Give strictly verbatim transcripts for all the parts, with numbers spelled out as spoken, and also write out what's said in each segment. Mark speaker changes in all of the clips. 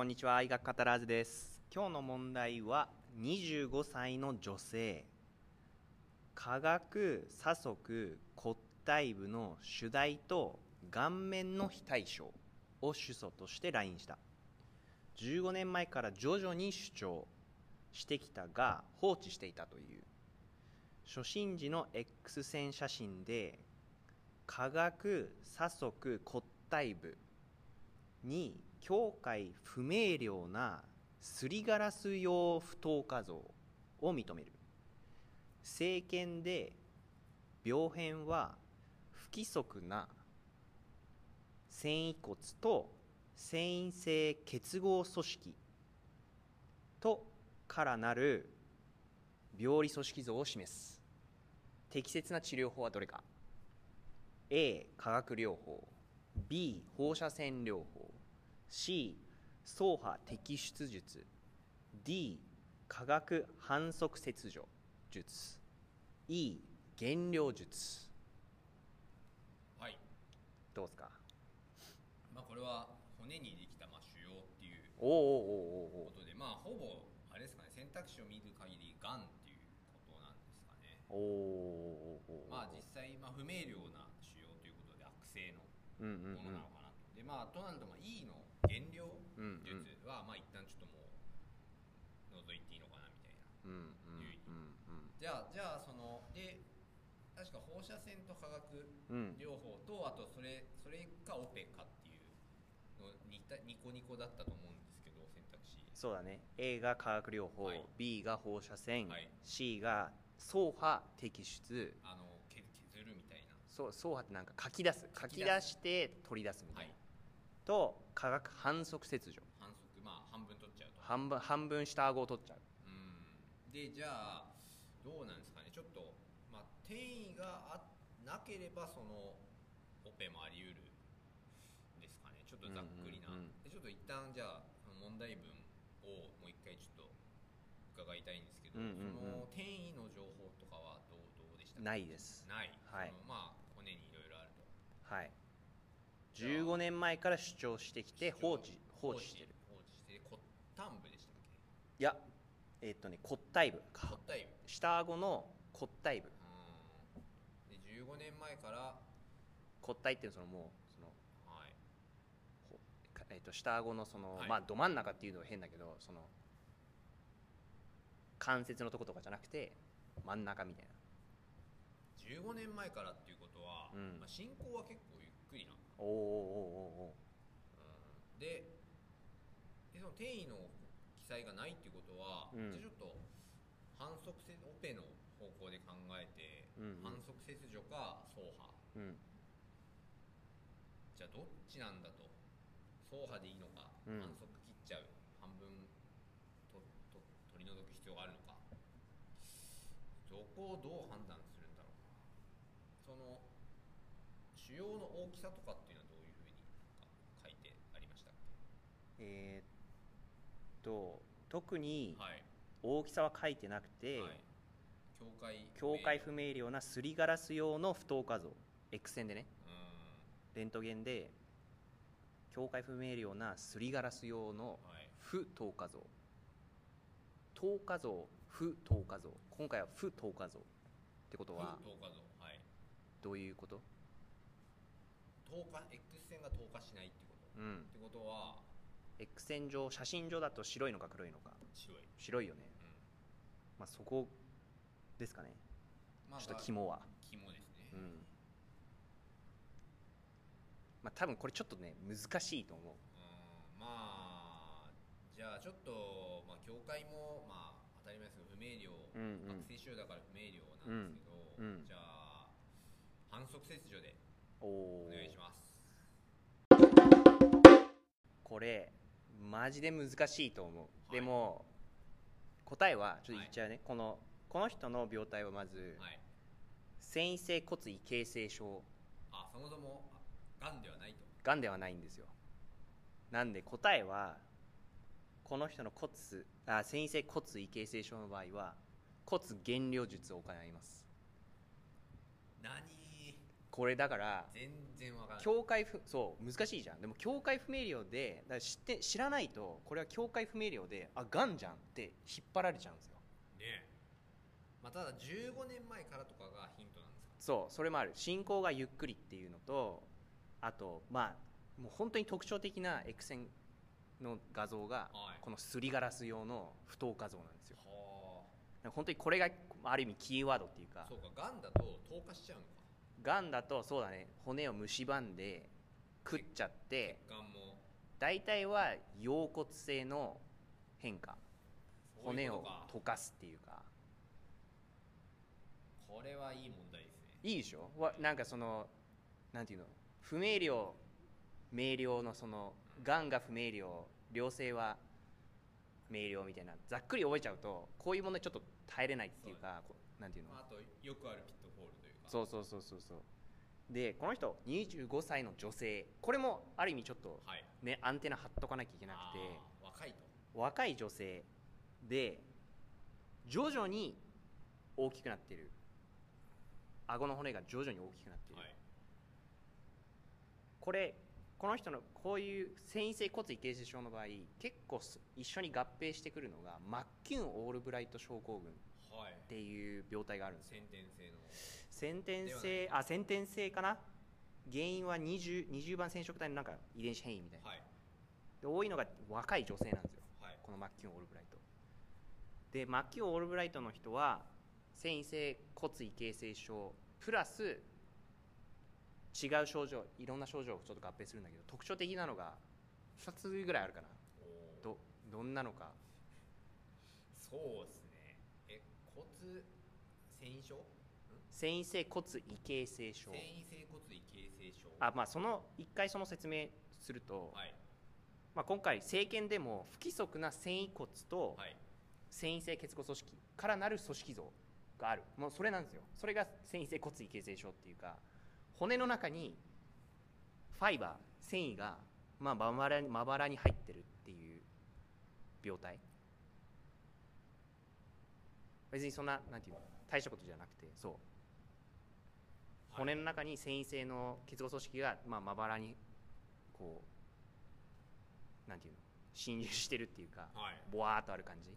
Speaker 1: こんにちは。医学カタラーズです。今日の問題はにじゅうごさいの女性、下顎左側骨体部の主題と顔面の非対称を主訴として来院した。じゅうごねんまえから徐々に主張してきたが放置していたという。初診時の X 線写真で下顎左側骨体部に境界不明瞭なすりガラス様不等画像を認める。生検で病変は不規則な繊維骨と繊維性結合組織とからなる病理組織像を示す。適切な治療法はどれか。 A 化学療法、 B 放射線療法、 C 走破摘出術、 D 化学反則切除術、 E 減量術。
Speaker 2: はい。
Speaker 1: どうですか。
Speaker 2: まあこれは骨にできたまあ腫瘍っていう
Speaker 1: おーおーおーおーお
Speaker 2: ことで、まあほぼあれですかね、選択肢を見る限りがんっていうことなんですかね。
Speaker 1: ーおーおーおーおー
Speaker 2: まあ実際まあ不明瞭な腫瘍ということで悪性の
Speaker 1: うんうんうん
Speaker 2: ものなのかなと。でまあとなるとまあ E の減量術はまあ一旦ちょっともう除いていいのかなみたいな。
Speaker 1: うんうんうんうん
Speaker 2: じゃあじゃあそので確か放射線と化学
Speaker 1: うん
Speaker 2: 療法と、あとそれそれかオペかっていうのにたニコニコだったと思うんですけど、選択肢。
Speaker 1: そうだね。 A が化学療法、
Speaker 2: はい、
Speaker 1: B が放射線、
Speaker 2: はい、
Speaker 1: C が走破摘出。
Speaker 2: あの削るみたいな。
Speaker 1: そう、走破ってなんか書き出す書き出して取り出すみたいな、
Speaker 2: はい、
Speaker 1: と化学反則切除、
Speaker 2: 反則、まあ半分取っちゃうと。
Speaker 1: 半分半分下顎を取っちゃう。
Speaker 2: うんでじゃあどうなんですかね。ちょっとまあ転移があなければそのオペもあり得るですかね。ちょっとざっくりな、
Speaker 1: うんうんうん、
Speaker 2: でちょっと一旦じゃあ問題文をもう一回ちょっと伺いたいんですけど、
Speaker 1: うんうんうん、
Speaker 2: その転移の情報とかはどうどうでしたか。
Speaker 1: ないです。
Speaker 2: ない。
Speaker 1: はい、
Speaker 2: そのまあ骨にいろいろあると。
Speaker 1: はい、じゅうごねんまえから主張してきて放置放置してる。
Speaker 2: 放置して骨端部でしたっけ。
Speaker 1: いや、えーっとね骨体部、
Speaker 2: 骨体部、
Speaker 1: 下顎の骨体部。
Speaker 2: うんでじゅうごねんまえから
Speaker 1: 骨体っていうのはそのもうその、
Speaker 2: はい、
Speaker 1: ほえーっと下顎のその、
Speaker 2: はい、
Speaker 1: まあど真ん中っていうのは変だけど、その関節のとことかじゃなくて真ん中みたいな。
Speaker 2: じゅうごねんまえからっていうことは、
Speaker 1: うん
Speaker 2: まあ、進行は結構ゆっくりな。
Speaker 1: おーおーおーお
Speaker 2: うんででその転移の記載がないっていうことは、
Speaker 1: うん
Speaker 2: じゃあちょっと反則切オペの方向で考えて、
Speaker 1: うんうん
Speaker 2: 反則切除か走破、
Speaker 1: ーうん
Speaker 2: じゃあどっちなんだと。走破でいいのか、
Speaker 1: うん
Speaker 2: 反則切っちゃう、半分とと取り除く必要があるのか、そこをどう判断するんだろうな。その腫瘍の大きさとかっていうのはどういうふうに書いてありましたっ
Speaker 1: えーっと特に
Speaker 2: け。はい、
Speaker 1: 大きさは書いてなくて、
Speaker 2: はい、境界
Speaker 1: 境界不明瞭なすりガラス用の不等画像、 X 線でね、
Speaker 2: う
Speaker 1: レントゲンで境界不明瞭なすりガラス用の
Speaker 2: ん、はい、
Speaker 1: 不等画像、等画像不等画像、今回は不等画像ってことは
Speaker 2: 不等画像、はい、
Speaker 1: どういうこと。
Speaker 2: 透過 X 線が透過しないってこと、
Speaker 1: うん、
Speaker 2: ってことは
Speaker 1: X 線上、写真上だと白いのか黒いのか。
Speaker 2: 白い、
Speaker 1: 白いよね、
Speaker 2: うん、
Speaker 1: まあ、そこですかね、
Speaker 2: まあ、
Speaker 1: ちょっと肝は。
Speaker 2: 肝ですね。
Speaker 1: うん、まあ多分これちょっとね難しいと思う。
Speaker 2: うん、まあじゃあちょっと、まあ、境界もまあ当たり前ですけど不明瞭、
Speaker 1: うんうん、
Speaker 2: 悪性腫瘍だから不明瞭なんですけど、
Speaker 1: うんうん、
Speaker 2: じゃあ反則切除で
Speaker 1: お
Speaker 2: お願いします。
Speaker 1: これマジで難しいと思う、
Speaker 2: はい、
Speaker 1: でも答えはちょっと言っちゃうね、はい、このこの人の病態はまず、はい、繊維性骨位形成症。
Speaker 2: あ、そもそもがんではないと。
Speaker 1: がんではないんですよ。なんで答えはこの人の骨あ繊維性骨位形成症の場合は骨減量術を行います。
Speaker 2: 何
Speaker 1: これだから
Speaker 2: 全然わからない。
Speaker 1: 境界不そう難しいじゃん。でも境界不明瞭でだから知って知らないとこれは境界不明瞭であがんじゃんって引っ張られちゃうんですよ。
Speaker 2: ね。まあ、ただじゅうごねんまえからとかがヒントなんですか？
Speaker 1: そうそれもある。進行がゆっくりっていうのとあとまあもう本当に特徴的な X 線の画像が
Speaker 2: はい
Speaker 1: このすりガラス用の不透過像なんですよ。
Speaker 2: は
Speaker 1: 本当にこれがある意味キーワードっていう
Speaker 2: あ。
Speaker 1: か
Speaker 2: そうか、がんだと透過しちゃうのか。
Speaker 1: がんだとそうだね骨を蝕んで食っちゃって
Speaker 2: 血管も
Speaker 1: 大体は腰骨性の変化
Speaker 2: そういう
Speaker 1: 骨を
Speaker 2: ことか。
Speaker 1: 溶かすっていうか
Speaker 2: これはいい問題ですね。
Speaker 1: いいでしょわなんかそのなんていうの不明瞭明瞭のそのがんが不明瞭良性は明瞭みたいなざっくり覚えちゃうとこういう問題ちょっと耐えれないっていうかこうなんていうの
Speaker 2: まあ、あとよくあるピットフォールというか。
Speaker 1: そうそうそうそうそうでこの人にじゅうごさいの女性これもある意味ちょっと
Speaker 2: はい。
Speaker 1: ねアンテナ張っとかなきゃいけなくて
Speaker 2: あー若いと。
Speaker 1: 若い女性で徐々に大きくなってる顎の骨が徐々に大きくなってる、
Speaker 2: はい。
Speaker 1: これこの人のこういう遷移性骨位形成症の場合結構一緒に合併してくるのがマッキューン・オールブライト症候群っ
Speaker 2: はい。
Speaker 1: ていう病態があるんですよ。
Speaker 2: 先天性の。
Speaker 1: 先天性あ先天性かな。原因は 20, 20番染色体のなんか遺伝子変異みたいな、
Speaker 2: はい。
Speaker 1: で多いのが若い女性なんですよ
Speaker 2: はい。
Speaker 1: このマッキューン・オールブライトでマッキューン・オールブライトの人は遷移性骨位形成症プラス違う症状いろんな症状をちょっと合併するんだけど特徴的なのがふたつぐらいあるかな。
Speaker 2: おー
Speaker 1: どどんなのか。
Speaker 2: そうですね。え、骨繊維症？ん
Speaker 1: 遷移性骨位形成症
Speaker 2: 繊維性骨位形成症。
Speaker 1: あ、まあ、その一回その説明すると、
Speaker 2: はい。
Speaker 1: まあ、今回生検でも不規則な繊維骨と
Speaker 2: はい。
Speaker 1: 繊維性結合組織からなる組織像があるもうそれなんですよ。それが繊維性骨位形成症っていうか骨の中にファイバー繊維がまあまばらにまばらに入ってるっていう病態。別にそんななんていうの大したことじゃなくてそう骨の中に繊維性の結合組織がまあまばらにこうなんていうの侵入してるっていうか
Speaker 2: はい。
Speaker 1: ボワーっとある感じ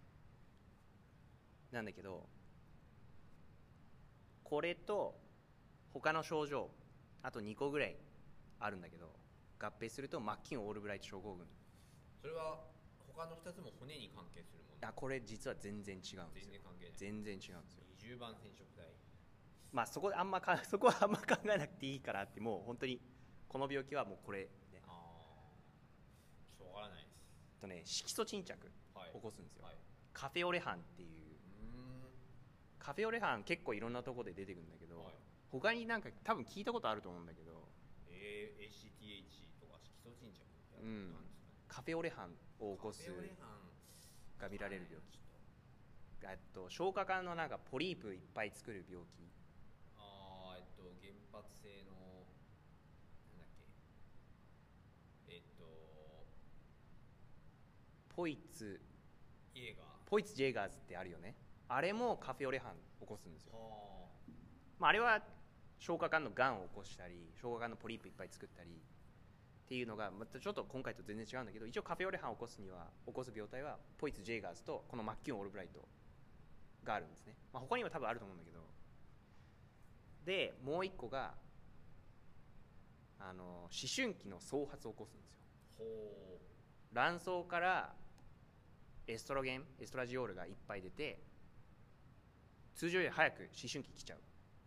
Speaker 1: なんだけどこれと他の症状あとにこぐらいあるんだけど合併するとマッキューン・オールブライト症候群。
Speaker 2: それは他のふたつも骨に関係するもの？
Speaker 1: あこれ実は全然違うんですよ。
Speaker 2: 全然関係ない。
Speaker 1: 全然違うんですよ。
Speaker 2: にじゅうばん染色体。
Speaker 1: まあそこであんまかそこはあんま考えなくていいからってもう本当にこの病気はもうこれね
Speaker 2: ああ。しょうがないです。
Speaker 1: とね色素沈着
Speaker 2: はい。
Speaker 1: 起こすんですよ、
Speaker 2: はい。
Speaker 1: カフェオレハンっていう
Speaker 2: うーん。
Speaker 1: カフェオレハン結構いろんなところで出てくるんだけど、
Speaker 2: はい。
Speaker 1: 他になんか多分聞いたことあると思うんだけど
Speaker 2: エーシーティーエイチ とか色素沈着みたいな
Speaker 1: うん
Speaker 2: なんですかね。
Speaker 1: カフェオレハンを起こす
Speaker 2: カフェオレハン
Speaker 1: が見られる病気
Speaker 2: ちょっ
Speaker 1: えっと消化管のなんかポリープいっぱい作る病気。
Speaker 2: とあーえっと原発性のなんだっけえっと
Speaker 1: ポイツ
Speaker 2: イエーガー。
Speaker 1: ポイツジェイガーズってあるよね。あれもカフェオレハン起こすんですよ。
Speaker 2: は
Speaker 1: まあ、あれは消化管のがんを起こしたり消化管のポリープいっぱい作ったりっていうのがまたちょっと今回と全然違うんだけど一応カフェオレハンを起こすには起こす病態はポイツ・ジェイガーズとこのマッキューン・オールブライトがあるんですね、まあ、他にも多分あると思うんだけどでもう一個があの思春期の創発を起こすんですよ。
Speaker 2: ほ
Speaker 1: 卵巣からエストロゲンエストラジオールがいっぱい出て通常より早く思春期来ちゃう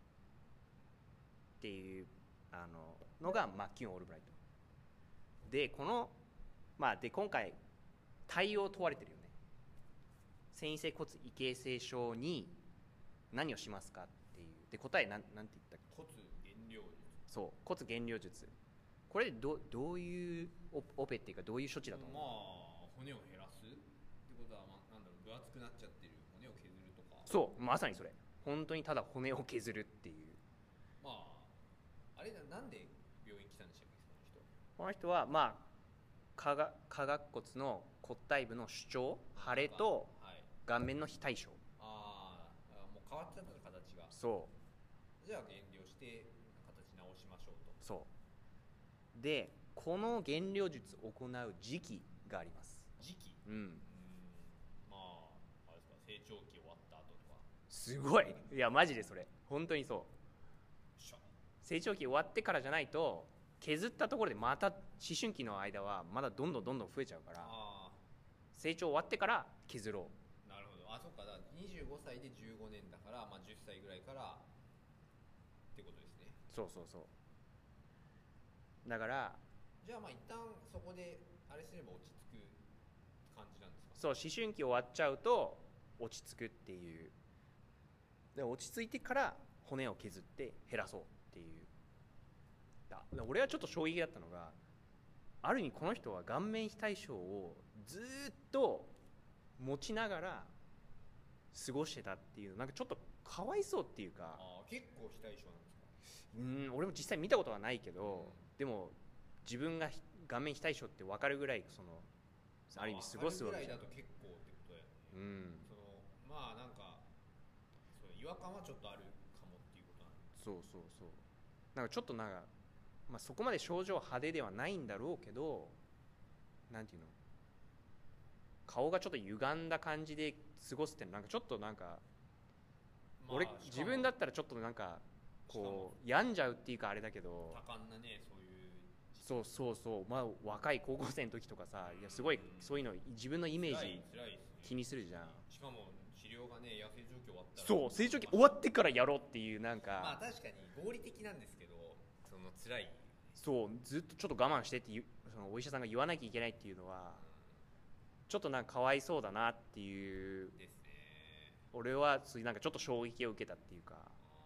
Speaker 1: っていうあののがマッキューン・オールブライトでこのまあで今回対応問われてるよね。遷移性骨位形成症に何をしますかっていうで答えなんなんて言ったっけ。
Speaker 2: う骨減量術。
Speaker 1: そう骨減量術。これどどういうオオペっていうかどういう処置だと思う。
Speaker 2: まあ骨を減らすってことは、まあ、なんだろう分厚くなっちゃってる骨を削るとか。
Speaker 1: そうまさにそれ本当にただ骨を削るっていう。
Speaker 2: まああれななんで病院来たんでしたっけその人。
Speaker 1: この人はまあ下が下顎骨の骨体部の主張腫れと
Speaker 2: はい。
Speaker 1: 顔面の非対称。
Speaker 2: あーあもう変わっちゃった形が。
Speaker 1: そ
Speaker 2: じゃあ減量して形
Speaker 1: そうでこの減量術を行う時期があります。
Speaker 2: 時期
Speaker 1: うん、
Speaker 2: うーんまああれですか、成長期終わった後とか。
Speaker 1: すごい。いやマジでそれ本当にそう。
Speaker 2: しょ
Speaker 1: 成長期終わってからじゃないと削ったところでまた思春期の間はまだどんどんどんどん増えちゃうから、
Speaker 2: あ
Speaker 1: 成長終わってから削ろ
Speaker 2: あなるほど。あそっか、だからにじゅうごさいでじゅうごねんだから、まあ、じゅっさいぐらいからってことですね。
Speaker 1: う。そうそうそうだから
Speaker 2: じゃあまあ一旦そこであれすれば落ち着く感じなんですか。
Speaker 1: そう思春期終わっちゃうと落ち着くっていう。で落ち着いてから骨を削って減らそうっていう。だ俺はちょっと衝撃だったのが、ある意味この人は顔面非対称をずっと持ちながら過ごしてたっていう、なんかちょっとかわいそうっていうか。
Speaker 2: あ結構非対称なんですか。
Speaker 1: うん俺も実際見たことはないけど、でも自分が顔面非対称って分かるぐらいそのある意味過ごすわけじゃん。
Speaker 2: 分かるぐらいだと結構ってことだよね。
Speaker 1: うん
Speaker 2: そのまあなんかそう違和感はちょっとあるかもっていうことなんです。
Speaker 1: そうそうそうなんかちょっとなんか、まあ、そこまで症状派手ではないんだろうけど、なんていうの、顔がちょっと歪んだ感じで過ごすってなんかちょっとなんか、
Speaker 2: まあ
Speaker 1: 俺
Speaker 2: しかも
Speaker 1: 自分だったらちょっとなんかこう病んじゃうっていうかあれだけど、
Speaker 2: 多感なねそういう
Speaker 1: そうそうそうまあ若い高校生の時とかさ、いやすごいそういうの自分のイメージ
Speaker 2: 辛い辛いですね。
Speaker 1: 気にするじゃん。
Speaker 2: しかも治療がね、痩せ状況終わったら
Speaker 1: そう成長期終わってからやろうっていうなんか、
Speaker 2: まあ確かに合理的なんですけど、その辛い
Speaker 1: そうずっとちょっと我慢してっていうそのお医者さんが言わなきゃいけないっていうのはちょっとなんかかわいそうだなっていう。
Speaker 2: ですね。
Speaker 1: 俺はそういうなんかちょっと衝撃を受けたっていうか。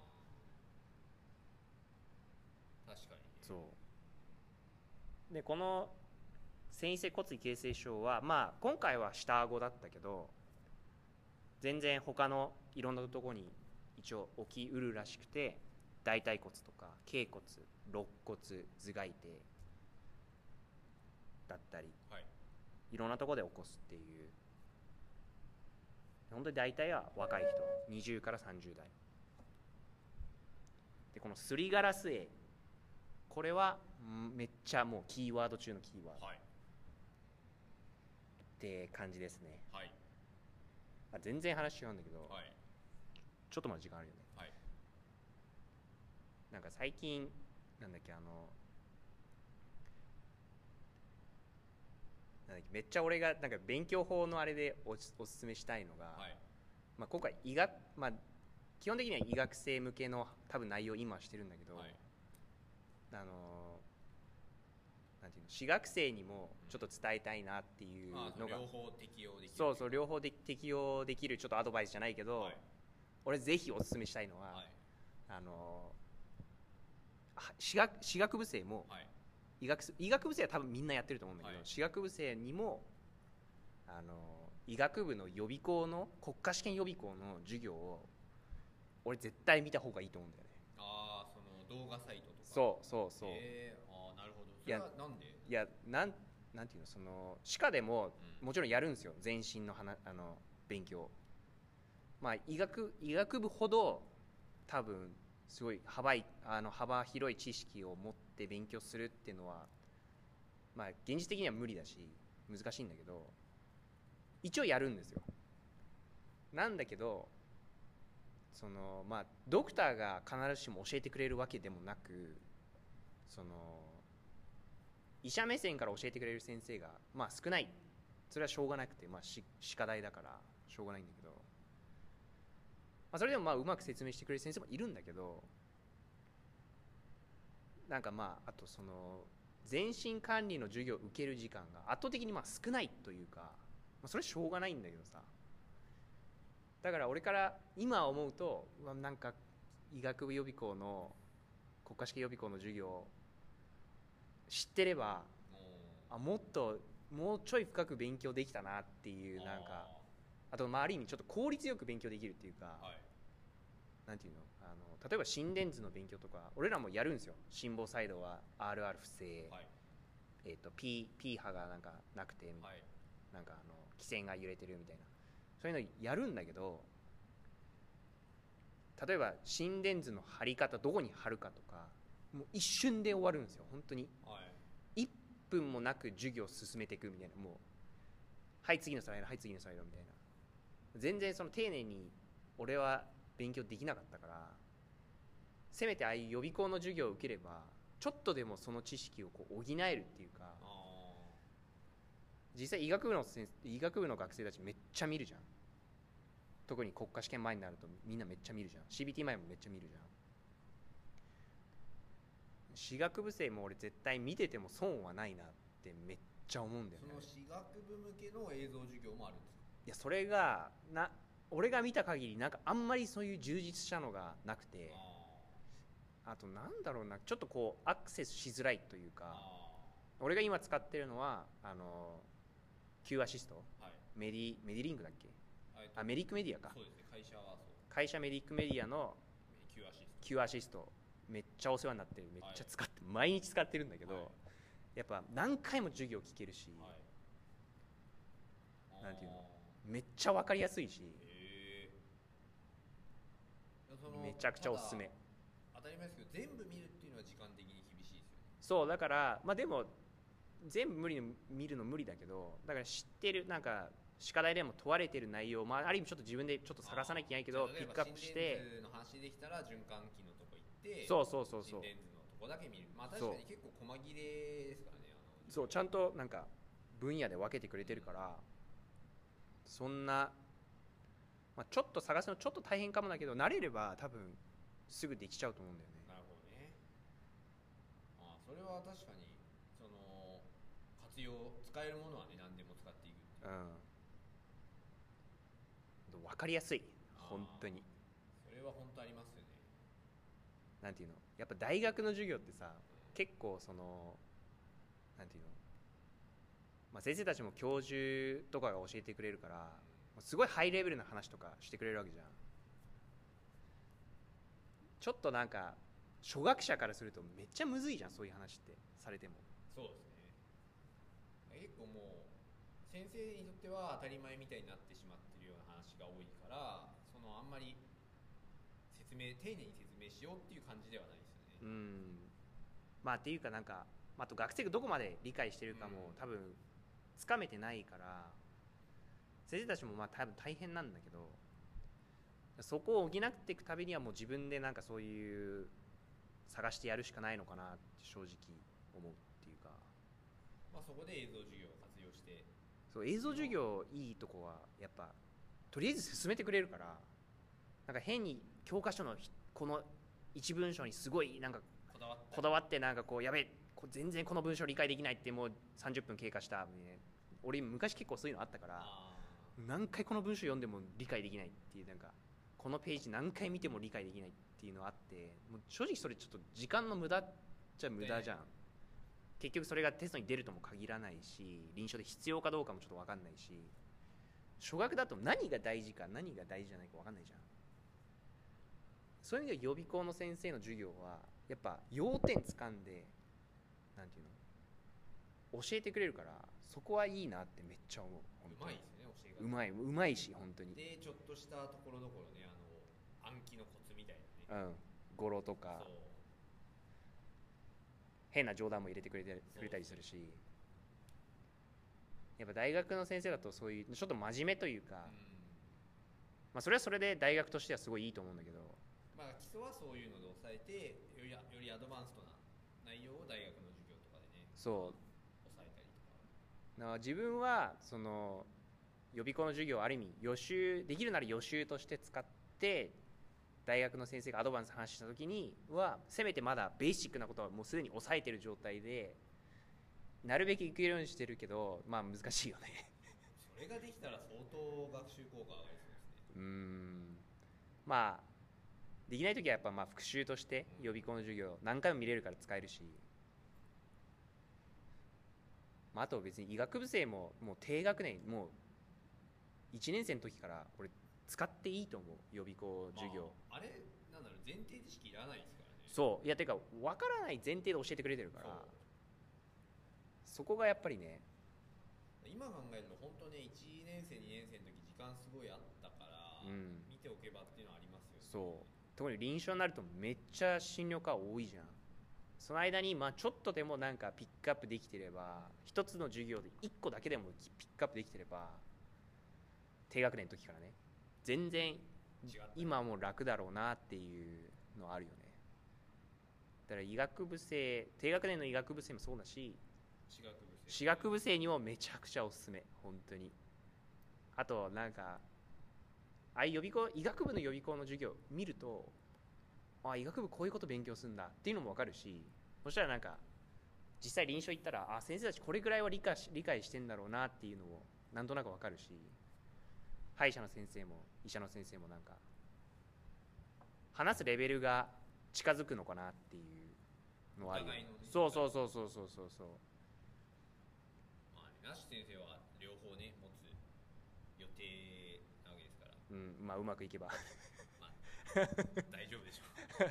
Speaker 2: 確かに、ね、
Speaker 1: そうでこの線維性骨髄形成症はまあ今回は下顎だったけど全然他のいろんなところに一応起きうるらしくて、大腿骨とか脛骨、肋骨、頭蓋底だったり、
Speaker 2: はい、
Speaker 1: いろんなところで起こすっていう。本当に大体は若い人にじゅうからさんじゅう代で、このすりガラス炎、これはめっちゃもうキーワード中のキーワード、
Speaker 2: はい、
Speaker 1: って感じですね。
Speaker 2: はい、
Speaker 1: あ全然話違うんだけど、
Speaker 2: はい、
Speaker 1: ちょっとまだ時間あるよね。
Speaker 2: はい、
Speaker 1: なんか最近なんだっけあのなんだっけめっちゃ俺がなんか勉強法のあれでおおすすめしたいのが、
Speaker 2: はい、
Speaker 1: まあ、今回医学、まあ、基本的には医学生向けの多分内容を今してるんだけど、
Speaker 2: はい、
Speaker 1: あのなんていうの私学生にもちょっと伝えたいなっていうのが、
Speaker 2: まあ、両方適用できる。
Speaker 1: そうそう両方で適用できるちょっとアドバイスじゃないけど、
Speaker 2: はい、
Speaker 1: 俺ぜひおすすめしたいのは、
Speaker 2: はい、
Speaker 1: あの私学私学部生も、
Speaker 2: はい、
Speaker 1: 医学医学部生は多分みんなやってると思うんだけど、
Speaker 2: はい、
Speaker 1: 私学部生にもあの医学部の予備校の国家試験予備校の授業を俺絶対見た方がいいと思うんだよね。
Speaker 2: ああその動画サイトとか。
Speaker 1: そうそうそう、
Speaker 2: えー、ああなるほど。それはなんで。
Speaker 1: いやなんなんていうのその歯科でももちろんやるんですよ、全身の話あの勉強。まあ医学医学部ほど多分すごい幅いあの幅広い知識を持って勉強するっていうのはまあ現実的には無理だし難しいんだけど、一応やるんですよ。なんだけどそのまあドクターが必ずしも教えてくれるわけでもなく、その医者目線から教えてくれる先生がまあ少ない。それはしょうがなくて、まあ、歯科大だからしょうがないんだけど、まあ、それでもまあうまく説明してくれる先生もいるんだけど、なんかまああとその全身管理の授業を受ける時間が圧倒的にまあ少ないというか、まあ、それはしょうがないんだけどさ。だから俺から今思うとなんか医学部予備校の国家試験予備校の授業知ってればあもっともうちょい深く勉強できたなっていう、なんかあとまあある意味ちょっと効率よく勉強できるっていうか、
Speaker 2: はい、
Speaker 1: なんていうのあの例えば心電図の勉強とか俺らもやるんですよ。心房細動は アールアール 不正、
Speaker 2: はい、
Speaker 1: えー、と P, P 波がなんかなくて、
Speaker 2: はい、
Speaker 1: なんかあの気線が揺れてるみたいな、そういうのやるんだけど、例えば心電図の貼り方どこに貼るかとかもう一瞬で終わるんですよ本当に。
Speaker 2: はい
Speaker 1: いっぷんもなく授業を進めていくみたいな、もうはい次のスライドはい次のスライドみたいな、全然その丁寧に俺は勉強できなかったから、せめてああいう予備校の授業を受ければちょっとでもその知識をこう補えるっていうか。実際医学部の先医学部の学生たちめっちゃ見るじゃん。特に国家試験前になるとみんなめっちゃ見るじゃん。 シービーティー 前もめっちゃ見るじゃん。歯学部生も俺絶対見てても損はないなってめっちゃ思うんだよね。
Speaker 2: その歯学部向けの映像授業もあるんですか？
Speaker 1: いやそれがな俺が見た限りなんかあんまりそういう充実したのがなくて、ああとなんだろうな、ちょっとこうアクセスしづらいというか、俺が今使ってるのはあの Q アシスト、
Speaker 2: はい、
Speaker 1: メディメディリンクだっけ、
Speaker 2: はい、
Speaker 1: あメディックメディアか。
Speaker 2: そうですね、会社はそう
Speaker 1: 会社メディックメディアの
Speaker 2: Q アシスト
Speaker 1: Q アシストめっちゃお世話になってる、めっちゃ使って、はい、毎日使ってるんだけど、はい、やっぱ何回も授業聞けるし、はい、なんていうのめっちゃ分かりやすいし、めちゃくちゃおすすめ。
Speaker 2: 当たり前ですけど全部見るっていうのは時間的に厳しいですよね。
Speaker 1: そうだからまあでも全部無理の見るの無理だけど、だから知ってるなんか歯科大でも問われてる内容、まあ、ある意味ちょっと自分でちょっと探さなきゃいけないけどピックアップして、
Speaker 2: 心電図の話できたら循環器のとこ行って、
Speaker 1: そうそうそうそう、
Speaker 2: 心電図のとこだけ見る。まあ確かに結構細切れですからね。あの
Speaker 1: そうちゃんとなんか分野で分けてくれてるから、そんな、まあ、ちょっと探すのちょっと大変かもだけど慣れれば多分すぐできちゃうと思うんだよね。
Speaker 2: なるほどね。ああそれは確かにその活用使えるものはね何でも使っていくっていう、
Speaker 1: うん、分かりやすい本当に。
Speaker 2: それは本当ありますよね。
Speaker 1: なんていうのやっぱ大学の授業ってさ、結構そのなんていうの、まあ、先生たちも教授とかが教えてくれるから、すごいハイレベルな話とかしてくれるわけじゃん。ちょっとなんか初学者からするとめっちゃむずいじゃん、そういう話ってされても。
Speaker 2: そうですね。結構もう先生にとっては当たり前みたいになってしまってるような話が多いから、そのあんまり説明丁寧に説明しようっていう感じではないですよね。
Speaker 1: うん、まあっていうかなんか、あと学生がどこまで理解してるかも多分つかめてないから、先生たちもまあ多分大変なんだけど、そこを補っていくためにはもう自分でなんかそういう探してやるしかないのかなって正直思うっていうか、
Speaker 2: まあ、そこで映像授業を活用して、
Speaker 1: そう映像授業いいとこはやっぱとりあえず進めてくれるから、なんか変に教科書のこの一文章にすごいなんか
Speaker 2: こだわって
Speaker 1: こだわってなんかこうやべ全然この文章理解できないってもうさんじゅっぷん経過したみたいな、俺昔結構そういうのあったから、何回この文章読んでも理解できないっていう、なんかこのページ何回見ても理解できないっていうのがあって、もう正直それちょっと時間の無駄じゃ無駄じゃん。結局それがテストに出るとも限らないし、臨床で必要かどうかもちょっと分かんないし、初学だと何が大事か何が大事じゃないか分かんないじゃん。そういう意味では予備校の先生の授業はやっぱ要点掴んでなんていうの教えてくれるから、そこはいいなってめっちゃ思う。
Speaker 2: うまいですね、教え
Speaker 1: がうまいうまいし本当に。
Speaker 2: でちょっとしたところどころね、あの暗記のコツみたいなね、
Speaker 1: うん、語呂とか変な冗談も入れてくれてくれたりするし、やっぱ大学の先生だとそういうちょっと真面目というか、うん、まあそれはそれで大学としてはすごいいいと思うんだけど、
Speaker 2: まあ基礎はそういうので抑えて、よりよりアドバンストな内容を大学の授業とかでね、
Speaker 1: そう
Speaker 2: 抑えたりとか。
Speaker 1: だから自分はその予備校の授業をある意味予習できるなら予習として使って、大学の先生がアドバンス話した時にはせめてまだベーシックなことはもうすでに抑えてる状態で、なるべくいけるようにしてるけど、まあ難しいよね
Speaker 2: それができたら相当学習効果上がりそうですね。
Speaker 1: うーん、まあできない時はやっぱまあ復習として予備校の授業何回も見れるから使えるし、まあ、あと別に医学部生ももう低学年もういちねん生の時から俺使っていいと思う、予備校授業、
Speaker 2: まあ、あれなんだろう、前提知識いらないですからね。
Speaker 1: そういやてか分からない前提で教えてくれてるから、そこがやっぱりね、
Speaker 2: 今考えると本当ねいちねん生にねん生の時時間すごいあったから、うん、見ておけばっていうのはありますよね。
Speaker 1: そう特に臨床になるとめっちゃ診療科多いじゃん。 その間にまあちょっとでもなんかピックアップできてれば、一つの授業でいっこだけでもピックアップできてれば、低学年の時からね全然今もう楽だろうなっていうのあるよね。だから医学部生、低学年の医学部生もそうだし、
Speaker 2: 私学部生
Speaker 1: 私学部生にもめちゃくちゃおすすめ、本当に。あとなんかああいう予備校、医学部の予備校の授業見ると、あ、医学部こういうこと勉強するんだっていうのも分かるし、そしたらなんか実際臨床行ったら、あ、先生たちこれぐらいは理解し理解してんだろうなっていうのもなんとなく分かるし、歯医者の先生も医者の先生もなんか話すレベルが近づくのかなっていうのはあるよね。そうそうそうそうそうそうそう。
Speaker 2: まあ、なし先生は両方ね持つ予定なわけですから、
Speaker 1: うん、まあうまくいけば
Speaker 2: まあ、大丈夫でしょう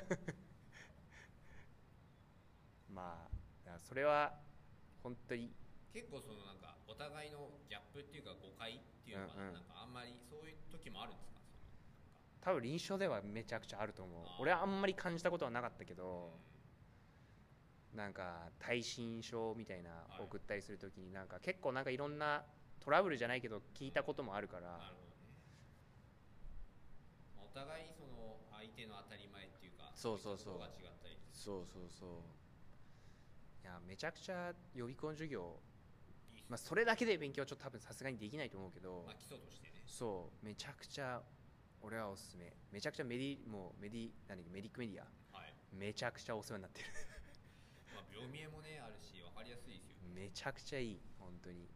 Speaker 1: まあだからそれは本当に
Speaker 2: 結構そのなんかお互いのギャップっていうか誤解っていうのが、
Speaker 1: うんうん、
Speaker 2: なんかあんまりそういう時もあるんですか？
Speaker 1: 多分臨床ではめちゃくちゃあると思う。俺はあんまり感じたことはなかったけど、うん、なんか耐震症みたいな送ったりするときになんか結構なんかいろんなトラブルじゃないけど聞いたこともあるから、なるほどね。
Speaker 2: お互いその相手の当たり前っていうか、
Speaker 1: そうそうそう、
Speaker 2: そういうところが違ったり、
Speaker 1: そうそうそう。いやめちゃくちゃ予備校の授業、まあ、それだけで勉強はちょっと多分さすがにできないと思うけど、
Speaker 2: まあ、基礎としてね、
Speaker 1: そうめちゃくちゃ俺はおすすめ。めちゃくちゃメディもうメディ何メディックメディア、はい、めちゃくちゃお世話になってる
Speaker 2: まあ病名もねあるし分かりやすいですよね。
Speaker 1: めちゃくちゃいい本当に。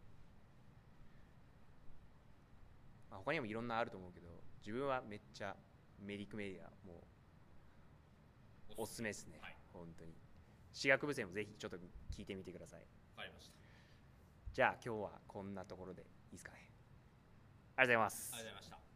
Speaker 1: まあ、他にもいろんなあると思うけど、自分はめっちゃメディックメディアもうおすすめですね、はい、本当に。私学部生もぜひちょっと聞いてみてください。
Speaker 2: わかりました。
Speaker 1: じゃあ今日はこんなところでいいですかね。ありがとうございます。
Speaker 2: ありがとうございました。